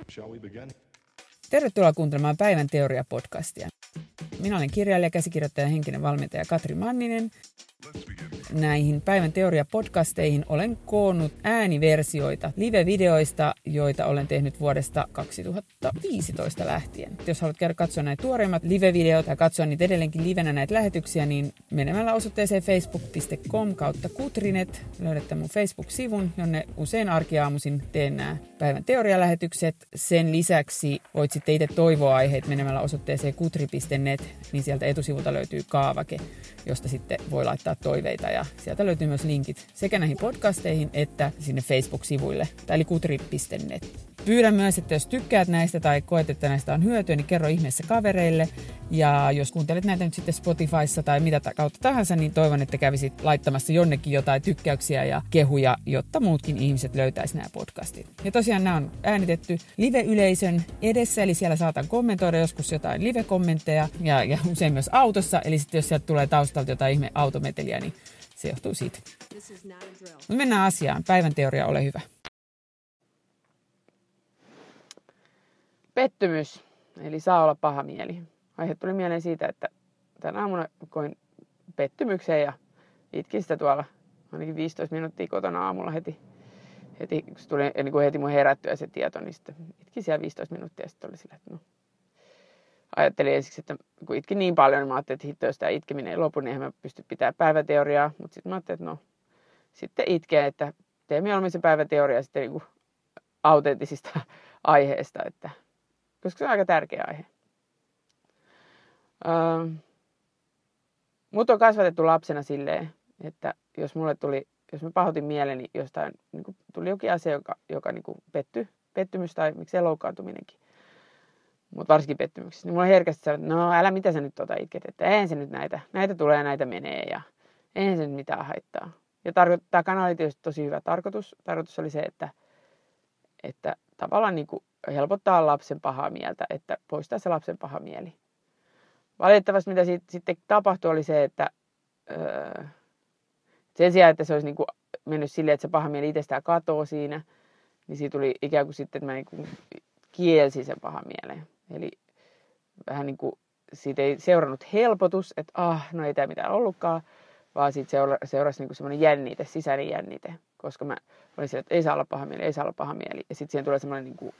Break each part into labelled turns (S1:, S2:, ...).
S1: Shall we begin?
S2: Tervetuloa kuuntelemaan Päivän teoria-podcastia. Minä olen kirjailija, käsikirjoittaja ja henkinen valmentaja Katri Manninen. Näihin Päivän teoria-podcasteihin olen koonnut ääniversioita live-videoista, joita olen tehnyt vuodesta 2015 lähtien. Jos haluat käydä katsoa näitä tuoreimmat live-videot ja katsoa niitä edelleenkin livenä näitä lähetyksiä, niin menemällä osoitteeseen facebook.com/kutrinet löydätte mun Facebook-sivun, jonne usein arkiaamuisin teen nämä Päivän teoria-lähetykset. Sen lisäksi voit sitten itse toivoa aiheet menemällä osoitteeseen kutri.net, niin sieltä etusivulta löytyy kaavake, josta sitten voi laittaa toiveita ja sieltä löytyy myös linkit sekä näihin podcasteihin että sinne Facebook-sivuille, eli kutri.net. Pyydän myös, että jos tykkäät näistä tai koet, että näistä on hyötyä, niin kerro ihmeessä kavereille. Ja jos kuuntelet näitä nyt sitten Spotifyssa tai mitä kautta tahansa, niin toivon, että kävisit laittamassa jonnekin jotain tykkäyksiä ja kehuja, jotta muutkin ihmiset löytäisi nämä podcastit. Ja tosiaan nämä on äänitetty live-yleisön edessä, eli siellä saatan kommentoida joskus jotain live-kommentteja ja usein myös autossa. Eli sitten jos sieltä tulee taustalta jotain ihme autometeliä, niin se johtuu siitä. Mutta mennään asiaan. Päivän teoria, ole hyvä.
S3: Pettymys, eli saa olla paha mieli. Aihe tuli mieleen siitä, että tänä aamuna koin pettymyksen ja itkin sitä tuolla ainakin 15 minuuttia kotona aamulla heti kun se tuli niin kuin heti mun herättyä se tieto, niin sitten itkin siellä 15 minuuttia ja sitten oli sillä, että no. Ajattelin ensiksi, että kun itkin niin paljon, niin mä ajattelin, että hitto, jos tämä itkeminen ei lopu, niin eihän mä pysty pitämään päiväteoriaa. Mutta sitten mä ajattelin, että no, sitten itkeen, että tee mieluummin se päiväteoria sitten niin kuin autenttisista aiheesta, että koska se on aika tärkeä aihe. Mut on kasvatettu lapsena silleen, että jos mä pahoitin mieleni jostain, niin kuin tuli jokin asia, joka niin kuin pettymys tai miksei loukkaantuminenkin, mutta varsinkin pettymyksessä, niin mulla herkästi sanoi, että no älä mitä sä nyt itket, että eihän se nyt näitä tulee ja näitä menee ja eihän se nyt mitään haittaa. Ja tämä kanava oli tietysti tosi hyvä tarkoitus. Tarkoitus oli se, että tavallaan niin kuin helpottaa lapsen pahaa mieltä, että poistaa se lapsen paha mieli. Valitettavasti mitä sitten tapahtui oli se, että sen sijaan, että se olisi niin kuin mennyt silleen, että se paha mieli itsestään katoo siinä, niin siitä tuli ikään kuin sitten, että mä niin kuin kielsin sen pahan mieleen. Eli vähän niin kuin siitä ei seurannut helpotus, että no ei tämä mitään ollutkaan, vaan siitä seurasi niin kuin semmoinen jännite, sisäinen jännite, koska mä olin siellä, että ei saa olla paha mieli, ei saa olla paha mieli. Ja sitten siihen tulee semmoinen niin kuin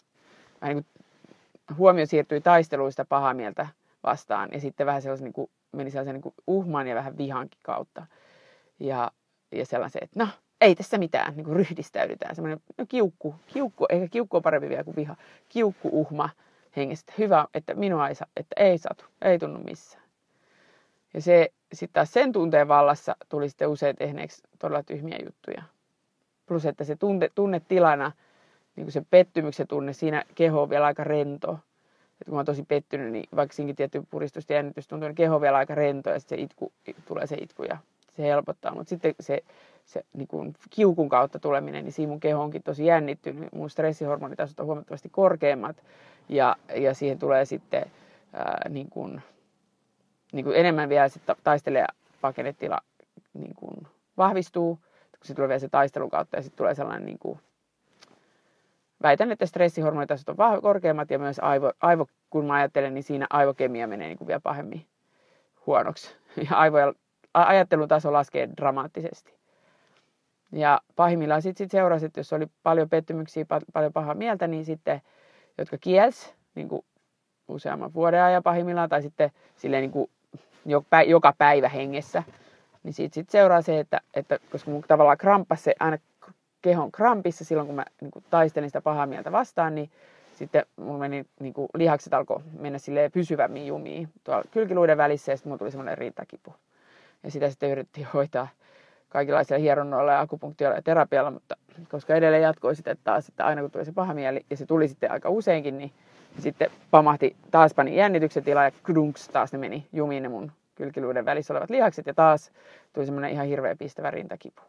S3: huomio siirtyi taisteluista pahaa mieltä vastaan ja sitten vähän sellaisen, niin kuin, meni sellaisen niin kuin uhman ja vähän vihankin kautta. Ja sellaisen, että no ei tässä mitään, niin kuin ryhdistäydytään. Semmoinen kiukku, eikä kiukku ole parempi vielä kuin viha. Kiukku-uhma hengestä. Hyvä, että minua ei saa, että ei satu, ei tunnu missään. Ja se sitten taas sen tunteen vallassa tuli sitten usein tehneeksi todella tyhmiä juttuja. Plus, että se tunnetilana, niin kuin se pettymyksen tunne, siinä keho on vielä aika rento. Että kun mä oon tosi pettynyt, niin vaikka siinkin tietty puristus ja jännitys tuntuu, niin keho on vielä aika rento ja sitten tulee se itku ja se helpottaa. Mutta sitten se niin kuin kiukun kautta tuleminen, niin siinä mun keho onkin tosi jännittynyt. Mun stressihormonitasot on huomattavasti korkeammat ja siihen tulee sitten niin kuin enemmän vielä se taistele- ja pakenetila niin kuin vahvistuu, kun se tulee vielä se taistelun kautta ja sitten tulee sellainen niin kuin väitän, että stressihormonitasot on korkeammat ja myös kun mä ajattelen, niin siinä aivokemia menee niin kuin vielä pahemmin huonoksi. Ja ajattelutaso laskee dramaattisesti. Ja pahimmillaan sitten seurasi, että jos oli paljon pettymyksiä, paljon pahaa mieltä, niin sitten, jotka kielsi niin kuin useamman vuoden ajan pahimmillaan, tai sitten silleen niin kuin joka päivä hengessä, niin sitten seuraa se, että koska mun tavallaan kramppasi se aina kehon krampissa silloin, kun mä niin kuin taistelin sitä pahaa mieltä vastaan, niin sitten mun meni, niin kuin lihakset alkoi mennä silleen pysyvämmin jumiin tuolla kylkiluiden välissä ja sitten mulla tuli semmoinen rintakipu. Ja sitä sitten yritettiin hoitaa kaikenlaisilla hieronnoilla ja akupunktioilla ja terapialla, mutta koska edelleen jatkoi sitä taas, että aina kun tuli se paha mieli ja se tuli sitten aika useinkin, niin sitten pani jännityksen tila ja kdunks, taas ne meni jumiin ne mun kylkiluiden välissä olevat lihakset ja taas tuli semmoinen ihan hirveä pistävä rintakipu.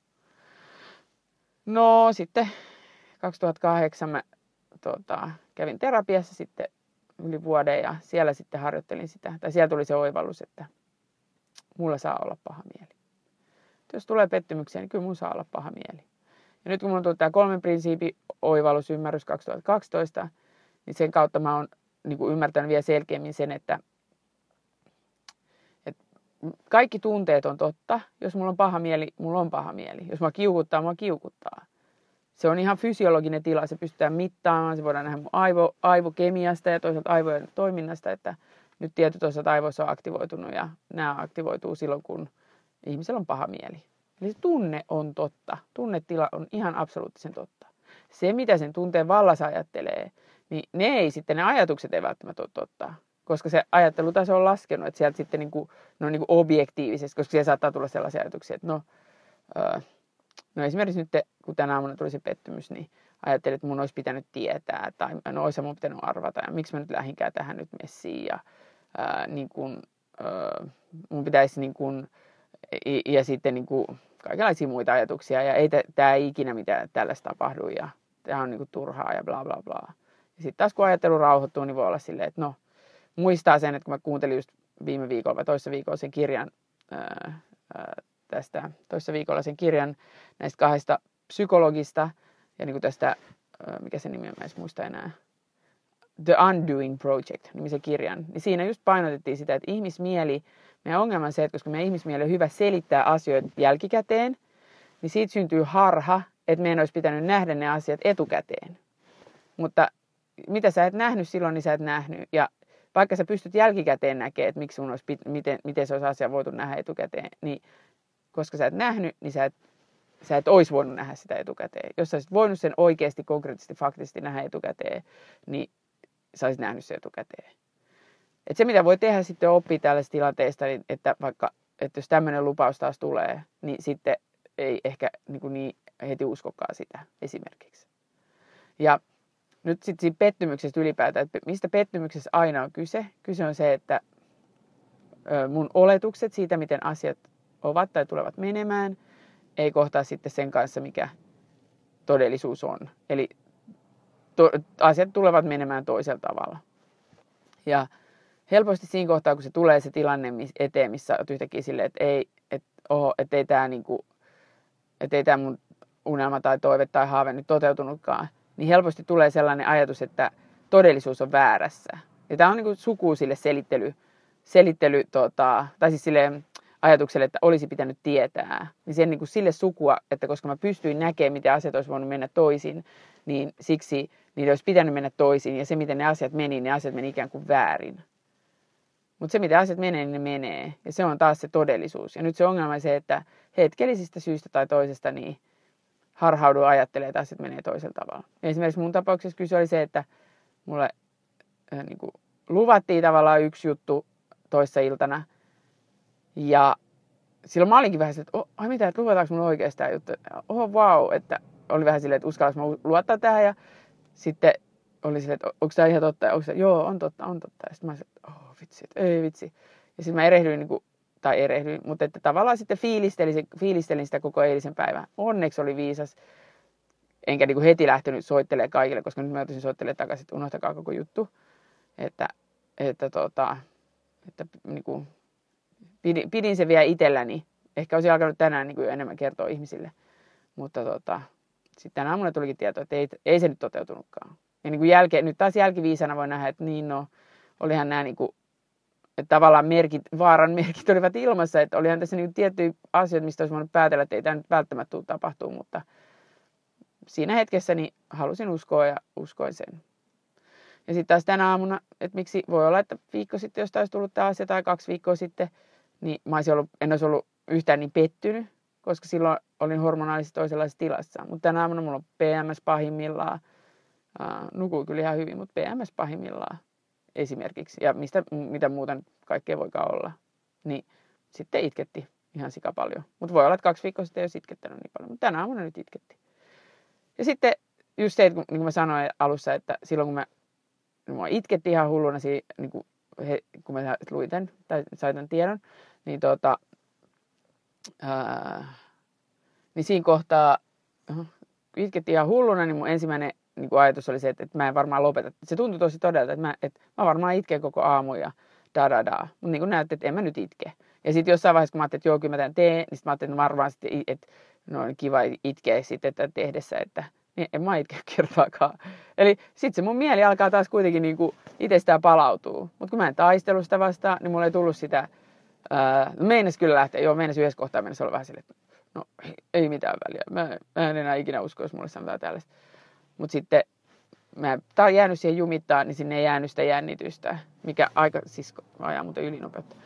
S3: No sitten 2008 mä kävin terapiassa sitten yli vuoden ja siellä sitten harjoittelin sitä. Tai siellä tuli se oivallus, että mulla saa olla paha mieli. Jos tulee pettymyksiä, niin kyllä mun saa olla paha mieli. Ja nyt kun mulla on tullut tämä 3 prinsiipin oivallusymmärrys 2012, niin sen kautta mä oon niin kuin ymmärtänyt vielä selkeämmin sen, että kaikki tunteet on totta. Jos mulla on paha mieli, mulla on paha mieli. Jos mua kiukuttaa. Se on ihan fysiologinen tila, se pystytään mittaamaan, se voidaan nähdä mun aivokemiasta ja toisaalta aivojen toiminnasta, että nyt tietyt osat aivoissa on aktivoitunut ja nämä aktivoituu silloin, kun ihmisellä on paha mieli. Eli se tunne on totta. Tunnetila on ihan absoluuttisen totta. Se, mitä sen tunteen vallassa ajattelee, niin ne ajatukset ei välttämättä ole totta. Koska se ajattelutaso on laskenut, että sieltä sitten ne on objektiivisesti, koska siellä saattaa tulla sellaisia ajatuksia, että no esimerkiksi nyt, kun tänä aamuna tuli se pettymys, niin ajattelin, että mun olisi pitänyt tietää, tai no olisi mun pitänyt arvata, ja miksi mä nyt lähdinkään tähän nyt messiin, ja mun pitäisi ja sitten kaikenlaisia muita ajatuksia, ja tämä ei ikinä mitään tällaista tapahdu, ja tämä on turhaa, ja bla bla bla. Ja sitten taas kun ajattelu rauhoittuu, niin voi olla silleen, että no, muistaa sen, että kun mä kuuntelin just viime viikolla vai toissa viikolla sen kirjan, toissa viikolla sen kirjan näistä 2 psykologista, ja niin kuin tästä, mikä se nimi on, mä en muista enää, The Undoing Project, nimisen kirjan, niin siinä just painotettiin sitä, että meidän ongelma on se, että koska meidän ihmismieli on hyvä selittää asioita jälkikäteen, niin siitä syntyy harha, että meidän olisi pitänyt nähdä ne asiat etukäteen. Mutta mitä sä et nähnyt silloin, niin sä et nähnyt. Ja vaikka sä pystyt jälkikäteen näkemään, että miten se olisi asia voitu nähdä etukäteen, niin koska sä et nähnyt, niin sä et olisi voinut nähdä sitä etukäteen. Jos sä olisit voinut sen oikeasti, konkreettisesti, faktisesti nähdä etukäteen, niin sä olisit nähnyt sen etukäteen. Et se, mitä voi tehdä sitten oppia tällaisista tilanteista, niin että jos tämmöinen lupaus taas tulee, niin sitten ei ehkä niin heti uskokaan sitä esimerkiksi. Ja nyt sitten siinä pettymyksestä ylipäätään, että mistä pettymyksessä aina on kyse? Kyse on se, että mun oletukset siitä, miten asiat ovat tai tulevat menemään, ei kohtaa sitten sen kanssa, mikä todellisuus on. Eli asiat tulevat menemään toisella tavalla. Ja helposti siinä kohtaa, kun se tulee se tilanne eteen, missä olet yhtäkkiä silleen, että ei tämä mun unelma tai toive tai haave nyt toteutunutkaan, niin helposti tulee sellainen ajatus, että todellisuus on väärässä. Ja tämä on niin kuin suku sille tai siis sille ajatukselle, että olisi pitänyt tietää. Niin sen niin kuin sille sukua, että koska mä pystyin näkemään, miten asiat olisi voinut mennä toisin, niin siksi niiden olisi pitänyt mennä toisin. Ja se, miten ne asiat meni ikään kuin väärin. Mutta se, miten asiat menee, niin ne menee. Ja se on taas se todellisuus. Ja nyt se ongelma on se, että hetkellisistä syystä tai toisesta niin harhaudun ajattelee, että asiat menee toisella tavalla. Ja esimerkiksi mun tapauksessa kyse oli se, että mulle luvattiin tavallaan yksi juttu toissa iltana. Ja silloin mä olinkin vähän silleen, että mitä, että luvataanko mulle oikeasti tämä juttu? Vau, että oli vähän silleen, että uskallanko mä luottaa tähän. Ja sitten oli silleen, että onko tämä ihan totta? Joo, on totta. Ja sitten mä sanoin, että vitsi, että ei vitsi. Ja sitten mä erehdyin, mutta että tavallaan sitten fiilistelin sitä koko eilisen päivän. Onneksi oli viisas. Enkä heti lähtenyt soittelemaan kaikille, koska nyt mä joutuisin soittelemaan takaisin, että unohtakaa koko juttu. Että pidin sen vielä itselläni. Ehkä olisin alkanut tänään enemmän kertoa ihmisille. Mutta sitten tänä aamuna tulikin tieto, että ei se nyt toteutunutkaan. Ja nyt taas jälkiviisana voi nähdä, että olihan nämä että tavallaan vaaran merkit olivat ilmassa. Että olihan tässä tiettyjä asioita, mistä olisi voinut päätellä, että ei tämä nyt välttämättä tule tapahtuu. Mutta siinä hetkessä niin halusin uskoa ja uskoin sen. Ja sitten taas tänä aamuna, että miksi voi olla, että viikko sitten, jos olisi tullut tämä asia tai 2 viikkoa sitten, niin en olisi ollut yhtään niin pettynyt, koska silloin olin hormonaalisesti toisenlaisessa tilassa. Mutta tänä aamuna mulla on PMS pahimmillaan. Nukuu kyllä ihan hyvin, mutta PMS pahimmillaan esimerkiksi. Ja mitä muuta kaikkea voikaan olla. Niin sitten itketti ihan sika paljon. Mutta voi olla, että 2 viikkoa sitten ei olisi itkettänyt niin paljon. Mutta tänä aamuna nyt itketti. Ja sitten just se, että niin kuin mä sanoin alussa, että silloin kun mua itketti ihan hulluna, kun mä luin tämän, tai sain tämän tiedon, niin, niin siinä kohtaa itketti ihan hulluna, niin mun ensimmäinen ajatus oli se, että mä en varmaan lopeta. Se tuntui tosi todelta, että mä varmaan itken koko aamu ja Mutta niin kuin näette, että en mä nyt itke. Ja sitten jossain vaiheessa, kun mä ajattelin, että joo, kyllä mä tämän teen, niin sitten mä ajattelin, että varmaan sitten, että no on kiva itkeä sitten tätä tehdessä, että niin en mä itke kertaakaan. Eli sitten se mun mieli alkaa taas kuitenkin niinku itsestään palautuu. Mutta kun mä en taistelu sitä vastaan, niin mulla ei tullut sitä, meinas kyllä lähteä, meinas yhdessä kohtaa mennessä olla vähän silleen, että no ei mitään väliä. Mä en enää ikinä usko, jos mulle sanotaan tällaista. Mutta sitten tää on jäänyt siihen jumittaa, niin sinne ei jäänyt sitä jännitystä, mikä aika, siis ajaa muuten ylinopeutta.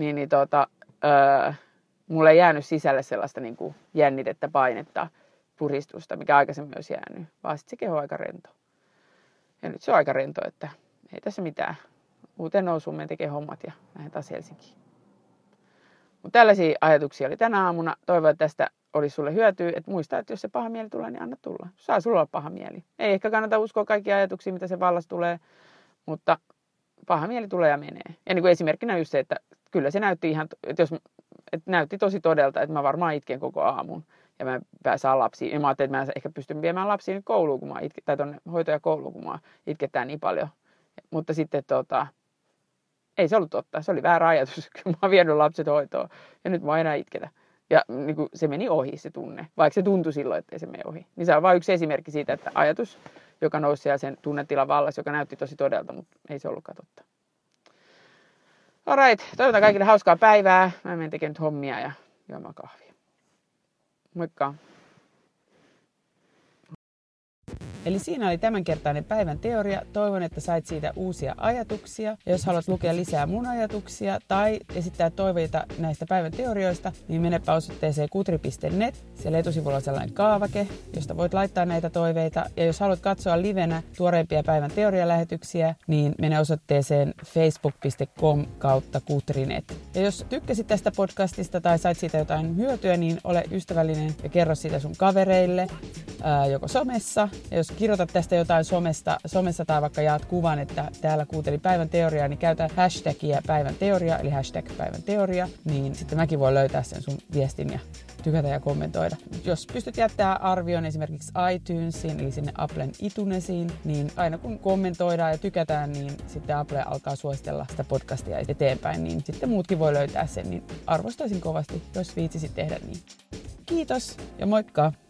S3: Mulle ei jäänyt sisälle sellaista niinku jännitettä, painetta, puristusta, mikä aikaisemmin olisi jäänyt, vaan sitten se keho on aika rento. Ja nyt se on aika rento, että ei tässä mitään. Uuteen nousuun me tekee hommat ja lähden taas Helsinkiin. Mutta tällaisia ajatuksia oli tänä aamuna. Toivon, että tästä olisi sulle hyötyä. Että muista, että jos se paha mieli tulee, niin anna tulla. Saa sulla olla paha mieli. Ei ehkä kannata uskoa kaikkia ajatuksia, mitä se vallassa tulee, mutta paha mieli tulee ja menee. Ja niin kuin esimerkkinä just se, että kyllä se näytti näytti tosi todelta, että mä varmaan itken koko aamun. Ja mä saan lapsia. Ja mä ajattelin, että mä ehkä pystyn viemään lapsia nyt kouluun, kun tai tuonne hoito- ja kouluun, kun mä itketään niin paljon. Mutta sitten ei se ollut totta. Se oli väärä ajatus, kun mä oon vienyt lapset hoitoon. Ja nyt mä enää itketä. Ja niin kuin se meni ohi se tunne. Vaikka se tuntui silloin, että ei se mene ohi. Niin se on vain yksi esimerkki siitä, että ajatus, joka nousi siellä sen tunnetilan vallassa, joka näytti tosi todelta, mutta ei se ollutkaan totta. Alright. Toivotan kaikille hauskaa päivää. Mä menen tekemään nyt hommia ja juomaan kahvia. Moikka!
S2: Eli siinä oli tämänkertainen päivän teoria. Toivon, että sait siitä uusia ajatuksia. Ja jos haluat lukea lisää mun ajatuksia tai esittää toiveita näistä päivän teorioista, niin menepä osoitteeseen kutri.net. Siellä etusivulla on sellainen kaavake, josta voit laittaa näitä toiveita. Ja jos haluat katsoa livenä tuoreimpia päivän teorialähetyksiä, niin mene osoitteeseen facebook.com/kutrinet. Ja jos tykkäsit tästä podcastista tai sait siitä jotain hyötyä, niin ole ystävällinen ja kerro siitä sun kavereille, joko somessa. Ja jos kirjoitat tästä jotain somessa tai vaikka jaat kuvan, että täällä kuuntelin päivän teoriaa, niin käytä hashtagia päivän teoria, eli hashtag päivän teoria, niin sitten mäkin voin löytää sen sun viestin ja tykätä ja kommentoida. Jos pystyt jättämään arvion esimerkiksi iTunesiin, eli sinne Applen iTunesiin, niin aina kun kommentoidaan ja tykätään, niin sitten Apple alkaa suositella sitä podcastia eteenpäin, niin sitten muutkin voi löytää sen, niin arvostaisin kovasti, jos viitsisit tehdä niin. Kiitos ja moikka!